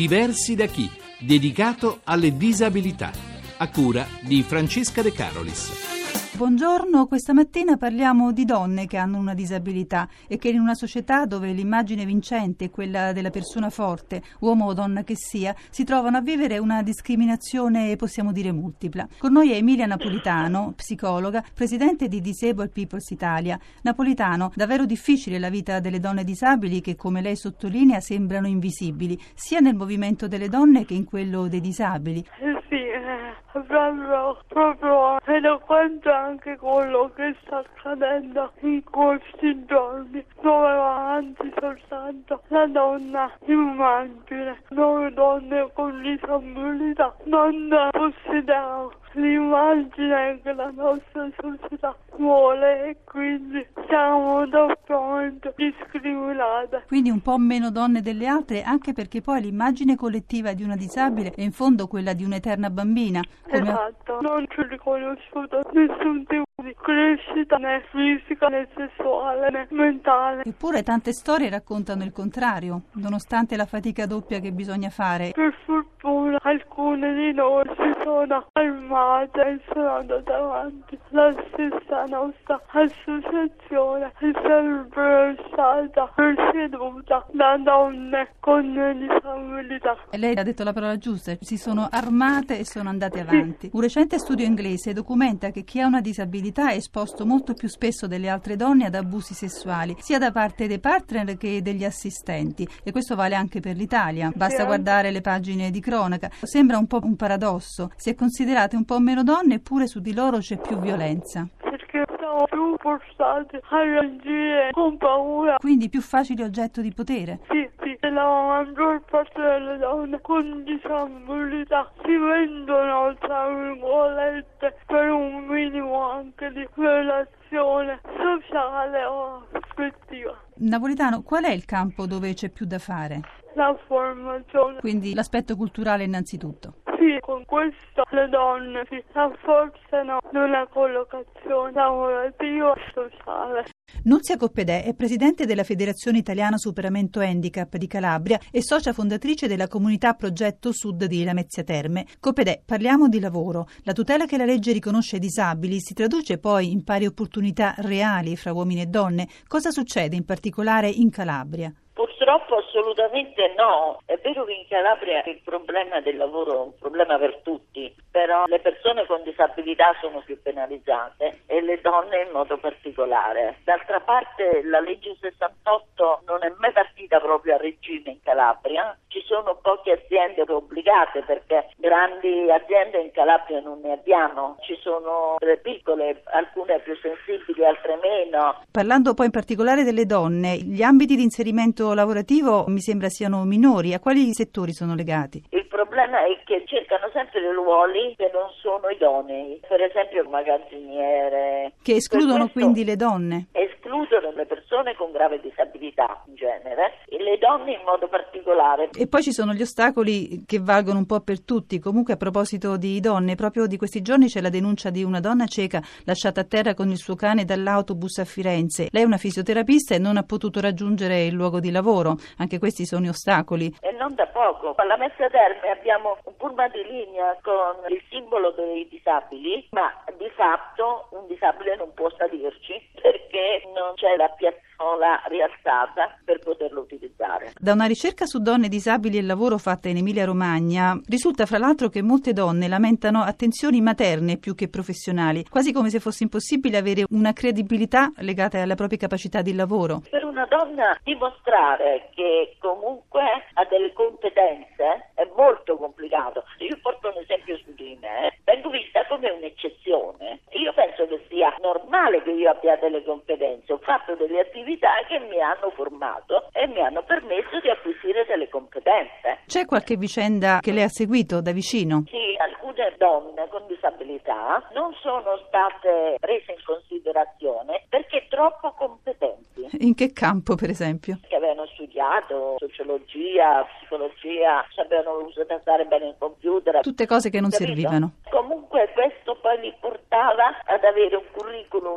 Diversi da chi? Dedicato alle disabilità. A cura di Francesca De Carolis. Buongiorno, questa mattina parliamo di donne che hanno una disabilità e che in una società dove l'immagine vincente è quella della persona forte, uomo o donna che sia, si trovano a vivere una discriminazione, possiamo dire, multipla. Con noi è Emilia Napolitano, psicologa, presidente di Disabled Peoples Italia. Napolitano, davvero difficile la vita delle donne disabili che, come lei sottolinea, sembrano invisibili, sia nel movimento delle donne che in quello dei disabili. Proprio eloquente anche quello che sta accadendo in questi giorni, dove va avanti soltanto la donna immagine. Noi donne con disabilità non possediamo l'immagine che la nostra società vuole e quindi siamo doppiamente discriminate. Quindi un po' meno donne delle altre, anche perché poi l'immagine collettiva di una disabile è in fondo quella di un'eterna bambina. Esatto, non ci riconosciuto nessun tipo di crescita né fisica né sessuale né mentale. Eppure tante storie raccontano il contrario, nonostante la fatica doppia che bisogna fare. Per fortuna alcune di noi si sono armate e sono andate avanti. La stessa nostra associazione è sempre stata presieduta da donne con disabilità. Lei ha detto la parola giusta, si sono armate e sono andate avanti. Un recente studio inglese documenta che chi ha una disabilità è esposto molto più spesso delle altre donne ad abusi sessuali, sia da parte dei partner che degli assistenti, e questo vale anche per l'Italia. Basta guardare le pagine di cronaca. Sembra un po' un paradosso. Si è considerate un po' meno donne, eppure su di loro c'è più violenza. Perché siamo più forzati a reagire con paura. Quindi più facile oggetto di potere. Sì, la maggior parte delle donne con disabilità si vendono, tra virgolette, per un minimo anche di relazione sociale o affettiva. Napolitano, qual è il campo dove c'è più da fare? La formazione. Quindi l'aspetto culturale innanzitutto. Sì, con questo le donne si rafforzano nella collocazione lavorativa e sociale. Nunzia Coppedè è presidente della Federazione Italiana Superamento Handicap di Calabria e socia fondatrice della comunità Progetto Sud di Lamezia Terme. Coppedè, parliamo di lavoro. La tutela che la legge riconosce ai disabili si traduce poi in pari opportunità reali fra uomini e donne. Cosa succede in particolare in Calabria? Purtroppo assolutamente no. È vero che in Calabria il problema del lavoro è un problema per tutti, però le persone con disabilità sono più penalizzate e le donne in modo particolare. D'altra parte la legge 68 non è mai partita proprio a regime in Calabria. Ci sono poche aziende obbligate perché grandi aziende in Calabria non ne abbiamo. Ci sono delle piccole, alcune più sensibili, altre meno. Parlando poi in particolare delle donne, gli ambiti di inserimento lavorativo mi sembra siano minori. A quali settori sono legati? Il problema è che cercano sempre dei ruoli che non sono idonei, per esempio magazziniere. Che escludono quindi le donne? Escludono le persone con grave disabilità in genere e le donne in modo particolare. E poi ci sono gli ostacoli che valgono un po' per tutti. Comunque, a proposito di donne, proprio di questi giorni c'è la denuncia di una donna cieca lasciata a terra con il suo cane dall'autobus a Firenze. Lei è una fisioterapista e non ha potuto raggiungere il luogo di lavoro. Anche questi sono ostacoli. E non da poco. Alla Lamezia Terme abbiamo un pullman di linea con il simbolo dei disabili, ma di fatto un disabile non può salirci perché non c'è la piazzola rialzata per poterlo utilizzare. Da una ricerca su donne disabili e lavoro fatta in Emilia-Romagna risulta fra l'altro che molte donne lamentano attenzioni materne più che professionali, quasi come se fosse impossibile avere una credibilità legata alle proprie capacità di lavoro. Per una donna dimostrare che comunque ha delle competenze è molto complicato. Io porto un esempio su di me, vengo vista come un'eccezione. Io penso che sia normale che io abbia delle competenze, ho fatto delle attività che mi hanno formato e mi hanno permesso di acquisire delle competenze. C'è qualche vicenda che lei ha seguito da vicino? Sì, alcune donne con disabilità non sono state prese in considerazione perché troppo competenti. In che campo, per esempio? Che avevano studiato sociologia, psicologia, sapevano usare bene il computer. Tutte cose che non servivano. Comunque questo poi li portava ad avere un curriculum un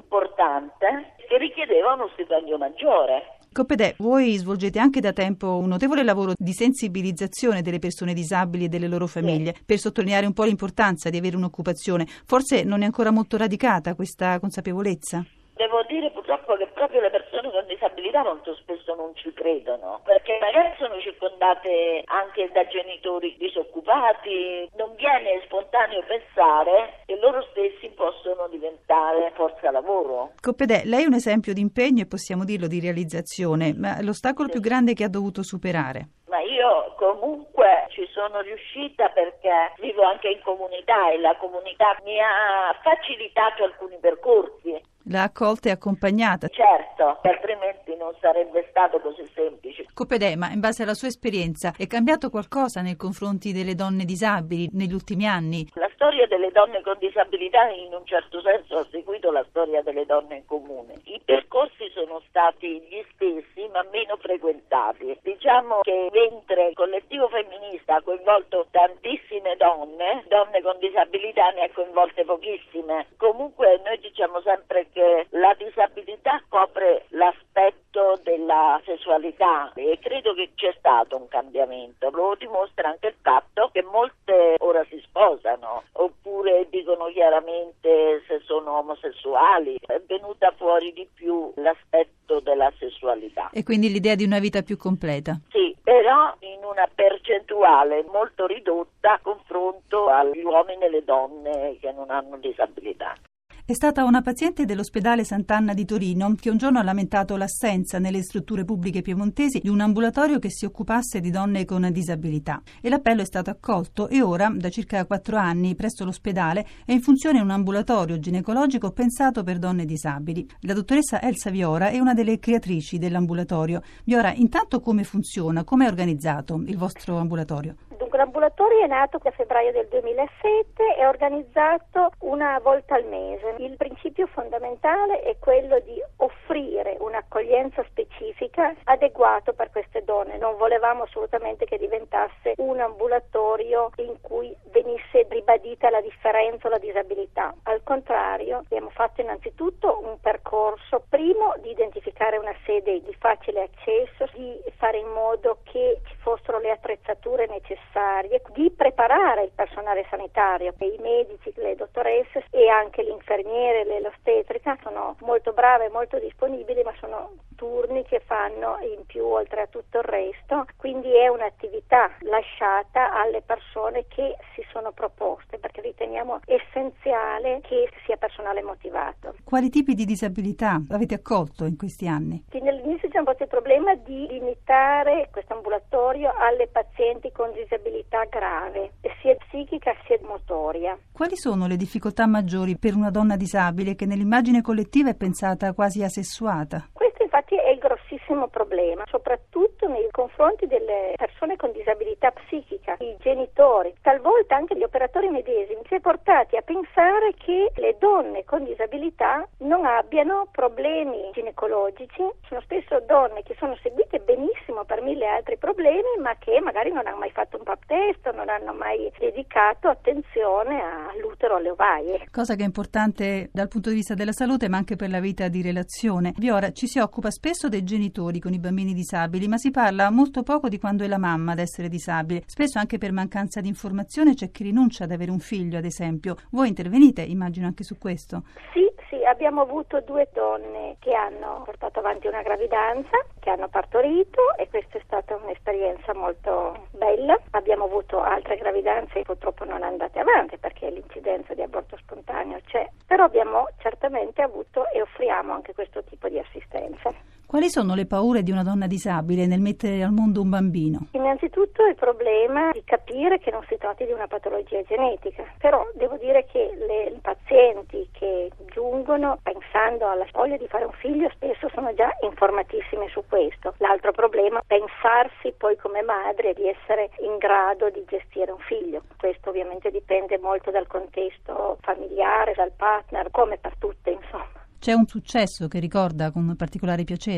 importante che richiedeva uno stipendio maggiore. Coppedè, voi svolgete anche da tempo un notevole lavoro di sensibilizzazione delle persone disabili e delle loro famiglie, per sottolineare un po' l'importanza di avere un'occupazione. Forse non è ancora molto radicata questa consapevolezza? Devo dire purtroppo che proprio le persone con disabilità molto spesso non ci credono, perché magari sono circondate anche da genitori disoccupati, non viene spontaneo pensare che loro stessi possono diventare forza lavoro. Coppedè, lei è un esempio di impegno e possiamo dirlo di realizzazione, ma l'ostacolo più grande che ha dovuto superare? Ma io comunque ci sono riuscita perché vivo anche in comunità e la comunità mi ha facilitato alcuni percorsi. L'ha accolta e accompagnata? Certo, altrimenti non sarebbe stato così semplice. Coppedè, ma in base alla sua esperienza è cambiato qualcosa nei confronti delle donne disabili negli ultimi anni? La storia delle donne con disabilità in un certo senso ha seguito la storia delle donne in comune. I percorsi sono stati gli stessi ma meno frequentati. Diciamo che mentre il collettivo femminista ha coinvolto tantissime donne con disabilità ne ha coinvolte pochissime. Comunque noi diciamo sempre che la disabilità copre l'aspetto della sessualità e credo che c'è stato un cambiamento. Lo dimostra anche il fatto che molte ora si sposano oppure dicono chiaramente se sono omosessuali. È venuta fuori di più l'aspetto della sessualità. E quindi l'idea di una vita più completa? Sì, però in una percentuale molto ridotta a confronto agli uomini e le donne che non hanno disabilità. È stata una paziente dell'ospedale Sant'Anna di Torino che un giorno ha lamentato l'assenza nelle strutture pubbliche piemontesi di un ambulatorio che si occupasse di donne con disabilità. E l'appello è stato accolto e ora, da circa 4 anni, presso l'ospedale è in funzione un ambulatorio ginecologico pensato per donne disabili. La dottoressa Elsa Viora è una delle creatrici dell'ambulatorio. Viora, intanto come funziona, come è organizzato il vostro ambulatorio? Dunque, l'ambulatorio è nato a febbraio del 2007, è organizzato una volta al mese. Il principio fondamentale è quello di offrire un'accoglienza specifica adeguato per queste donne. Non volevamo assolutamente che diventasse un ambulatorio in cui venisse ribadita la differenza o la disabilità. Al contrario, abbiamo fatto innanzitutto un percorso, primo di identificare una sede di facile accesso, di fare in modo che ci fossero le attrezzature necessarie, di preparare il personale sanitario, i medici, le dottoresse e anche l'infermiere, l'ostetrica sono molto brave e molto disponibili, ma sono turni che fanno in più oltre a tutto il resto, quindi è un'attività lasciata alle persone che si sono proposte, perché riteniamo essenziale che sia personale motivato. Quali tipi di disabilità avete accolto in questi anni? Quindi all'inizio c'è un po' il problema di limitare questo ambulatorio alle pazienti con disabilità grave, sia psichica sia motoria. Quali sono le difficoltà maggiori per una donna disabile che nell'immagine collettiva è pensata quasi asessuata? Questo infatti è il grossissimo problema, soprattutto nei confronti delle persone con disabilità psichica, i genitori, talvolta anche gli operatori medesimi, si è portati a pensare che le donne con disabilità non abbiano problemi ginecologici. Sono spesso donne che sono seguite benissimo per 1000 altri problemi, ma che magari non hanno mai fatto un pap test, non hanno mai dedicato attenzione all'utero, alle ovaie. Cosa che è importante dal punto di vista della salute, ma anche per la vita di relazione. Viora, ci si occupa spesso dei genitori con i bambini disabili, ma si parla molto poco di quando è la mamma ad essere disabile. Spesso anche per mancanza di informazione c'è chi rinuncia ad avere un figlio, ad esempio. Voi intervenite, immagino, anche su questo? Sì, abbiamo avuto 2 donne che hanno portato avanti una gravidanza, che hanno partorito, e questa è stata un'esperienza molto bella. Abbiamo avuto altre gravidanze che purtroppo non andate avanti perché l'incidenza di aborto spontaneo c'è, però abbiamo certamente avuto e offriamo anche questo tipo di assistenza. Quali sono le paure di una donna disabile nel mettere al mondo un bambino? Innanzitutto il problema di capire che non si tratti di una patologia genetica, però devo dire che le pazienti che giungono pensando alla voglia di fare un figlio spesso sono già informatissime su questo. L'altro problema è pensarsi poi come madre di essere in grado di gestire un figlio. Questo ovviamente dipende molto dal contesto familiare, dal partner, come per tutte insomma. C'è un successo che ricorda con particolare piacere?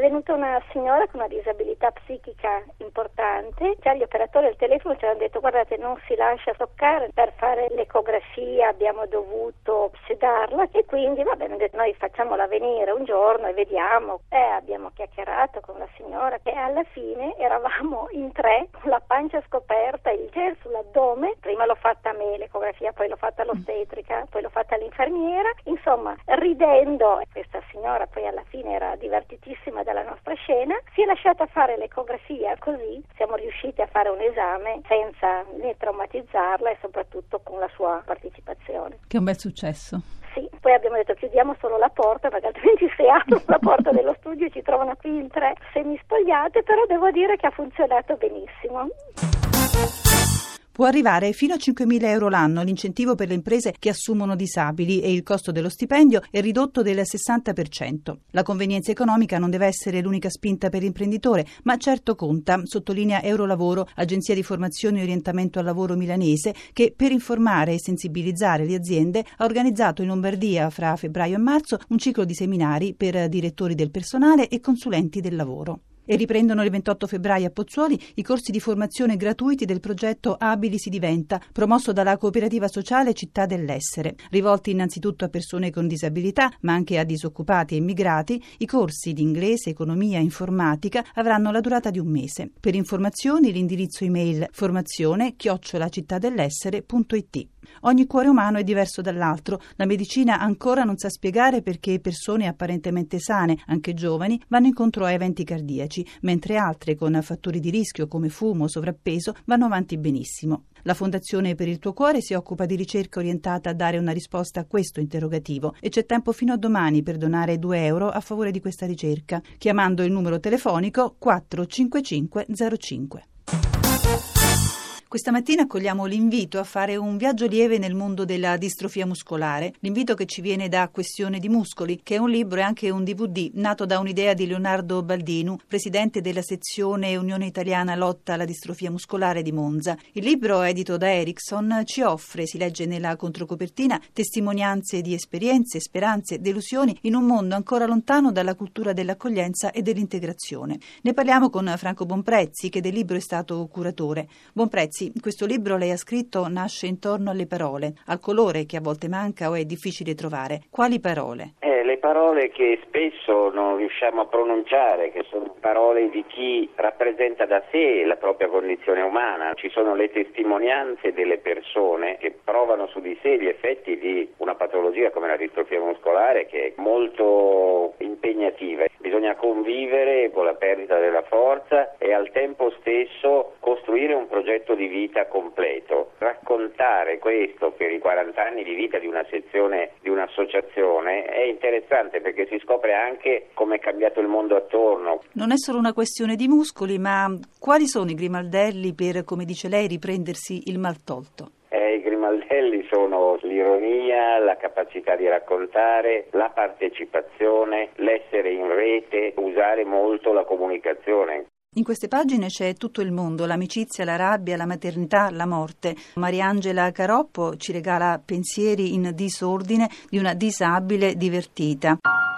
venuta una signora con una disabilità psichica importante, già gli operatori del telefono ci hanno detto: guardate, non si lascia toccare, per fare l'ecografia abbiamo dovuto sedarla, e quindi va bene, noi facciamola venire un giorno e vediamo. Abbiamo chiacchierato con la signora e alla fine eravamo in 3 con la pancia scoperta, il gel sull'addome. Prima l'ho fatta a me l'ecografia, poi l'ho fatta all'ostetrica, poi l'ho fatta all'infermiera, insomma ridendo. Questa signora poi alla fine era divertitissima dalla nostra scena, si è lasciata fare l'ecografia, così siamo riusciti a fare un esame senza né traumatizzarla e soprattutto con la sua partecipazione. Che è un bel successo. Sì, poi abbiamo detto chiudiamo solo la porta, perché altrimenti se aprono la porta dello studio ci trovano qui in 3 semispogliate, però devo dire che ha funzionato benissimo. Può arrivare fino a 5.000 euro l'anno l'incentivo per le imprese che assumono disabili e il costo dello stipendio è ridotto del 60%. La convenienza economica non deve essere l'unica spinta per l'imprenditore, ma certo conta, sottolinea Eurolavoro, agenzia di formazione e orientamento al lavoro milanese, che per informare e sensibilizzare le aziende ha organizzato in Lombardia fra febbraio e marzo un ciclo di seminari per direttori del personale e consulenti del lavoro. E riprendono il 28 febbraio a Pozzuoli i corsi di formazione gratuiti del progetto Abili si diventa, promosso dalla cooperativa sociale Città dell'Essere. Rivolti innanzitutto a persone con disabilità, ma anche a disoccupati e immigrati, i corsi di inglese, economia e informatica avranno la durata di un mese. Per informazioni l'indirizzo email formazione@cittadellessere.it. Ogni cuore umano è diverso dall'altro. La medicina ancora non sa spiegare perché persone apparentemente sane, anche giovani, vanno incontro a eventi cardiaci, mentre altre con fattori di rischio come fumo o sovrappeso vanno avanti benissimo. La Fondazione per il tuo cuore si occupa di ricerca orientata a dare una risposta a questo interrogativo e c'è tempo fino a domani per donare 2 euro a favore di questa ricerca, chiamando il numero telefonico 45505. Questa mattina accogliamo l'invito a fare un viaggio lieve nel mondo della distrofia muscolare, l'invito che ci viene da Questione di muscoli, che è un libro e anche un DVD nato da un'idea di Leonardo Baldinu, presidente della sezione Unione Italiana Lotta alla Distrofia Muscolare di Monza. Il libro, edito da Ericsson, ci offre, si legge nella controcopertina, testimonianze di esperienze, speranze, delusioni in un mondo ancora lontano dalla cultura dell'accoglienza e dell'integrazione. Ne parliamo con Franco Bonprezzi, che del libro è stato curatore. Bonprezzi, questo libro lei ha scritto nasce intorno alle parole, al colore che a volte manca o è difficile trovare. Quali parole? Le parole che spesso non riusciamo a pronunciare, che sono parole di chi rappresenta da sé la propria condizione umana. Ci sono le testimonianze delle persone che provano su di sé gli effetti di una patologia come la distrofia muscolare, che è molto impegnativa. Bisogna convivere con la perdita della forza e al tempo stesso costruire un progetto di vita completo. Raccontare questo per i 40 anni di vita di una sezione, di un'associazione, è interessante perché si scopre anche come è cambiato il mondo attorno. Non è solo una questione di muscoli, ma quali sono i grimaldelli per, come dice lei, riprendersi il mal tolto? I grimaldelli sono l'ironia, la capacità di raccontare, la partecipazione, l'essere in rete, usare molto la comunicazione. In queste pagine c'è tutto il mondo, l'amicizia, la rabbia, la maternità, la morte. Mariangela Caroppo ci regala pensieri in disordine di una disabile divertita.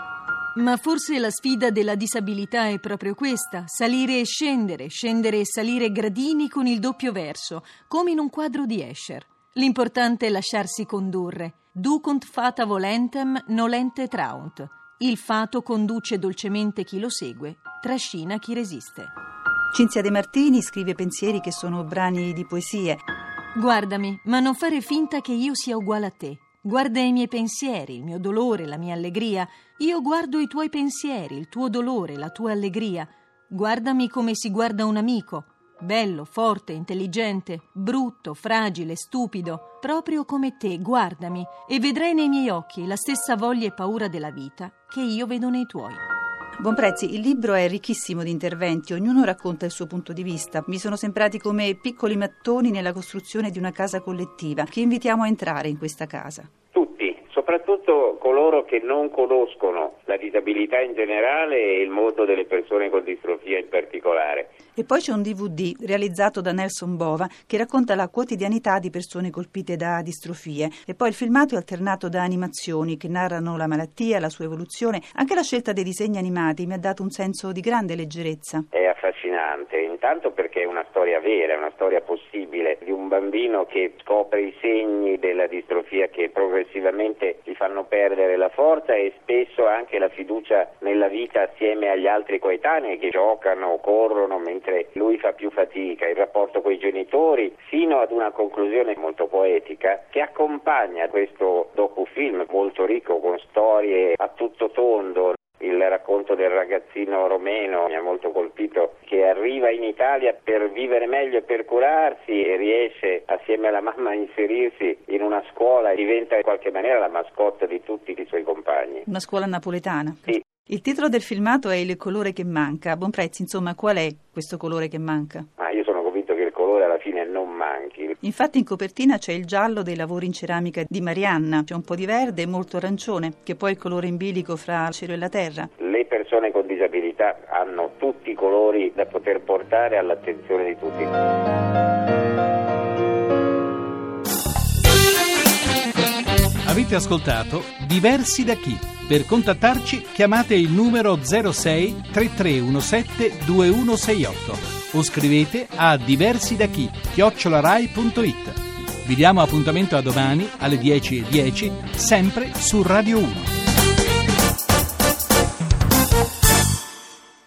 Ma forse la sfida della disabilità è proprio questa: salire e scendere, scendere e salire gradini con il doppio verso, come in un quadro di Escher. L'importante è lasciarsi condurre. Ducunt fata volentem nolente traunt. Il fato conduce dolcemente chi lo segue, trascina chi resiste. Cinzia De Martini scrive pensieri che sono brani di poesie. Guardami, ma non fare finta che io sia uguale a te. Guarda i miei pensieri, il mio dolore, la mia allegria. Io guardo i tuoi pensieri, il tuo dolore, la tua allegria. Guardami come si guarda un amico. Bello, forte, intelligente, brutto, fragile, stupido. Proprio come te, guardami e vedrai nei miei occhi la stessa voglia e paura della vita che io vedo nei tuoi. Bonprezzi, il libro è ricchissimo di interventi, ognuno racconta il suo punto di vista. Mi sono sembrati come piccoli mattoni nella costruzione di una casa collettiva, che invitiamo a entrare in questa casa. Tutti, soprattutto coloro che non conoscono la disabilità in generale e il mondo delle persone con distrofia in particolare. E poi c'è un DVD realizzato da Nelson Bova che racconta la quotidianità di persone colpite da distrofie, e poi il filmato è alternato da animazioni che narrano la malattia, la sua evoluzione. Anche la scelta dei disegni animati mi ha dato un senso di grande leggerezza. È affascinante, intanto perché è una storia vera, è una storia possibile di un bambino che scopre i segni della distrofia che progressivamente gli fanno perdere la forza e spesso anche la fiducia nella vita assieme agli altri coetanei che giocano, corrono, mentre lui fa più fatica, il rapporto con i genitori, fino ad una conclusione molto poetica che accompagna questo docufilm molto ricco con storie a tutto tondo. Il racconto del ragazzino romeno mi ha molto colpito, che arriva in Italia per vivere meglio e per curarsi e riesce assieme alla mamma a inserirsi in una scuola e diventa in qualche maniera la mascotte di tutti i suoi compagni. Una scuola napoletana. Sì. Il titolo del filmato è Il colore che manca. A Bonprezzi, insomma, qual è questo colore che manca? Io sono convinto che il colore alla fine non manchi. Infatti in copertina c'è il giallo dei lavori in ceramica di Marianna, c'è un po' di verde e molto arancione, che poi è il colore in bilico fra il cielo e la terra. Le persone con disabilità hanno tutti i colori da poter portare all'attenzione di tutti. Avete ascoltato Diversi da chi? Per contattarci chiamate il numero 06 3317 2168 o scrivete a diversidachi@rai.it. Vi diamo appuntamento a domani alle 10:10, sempre su Radio 1.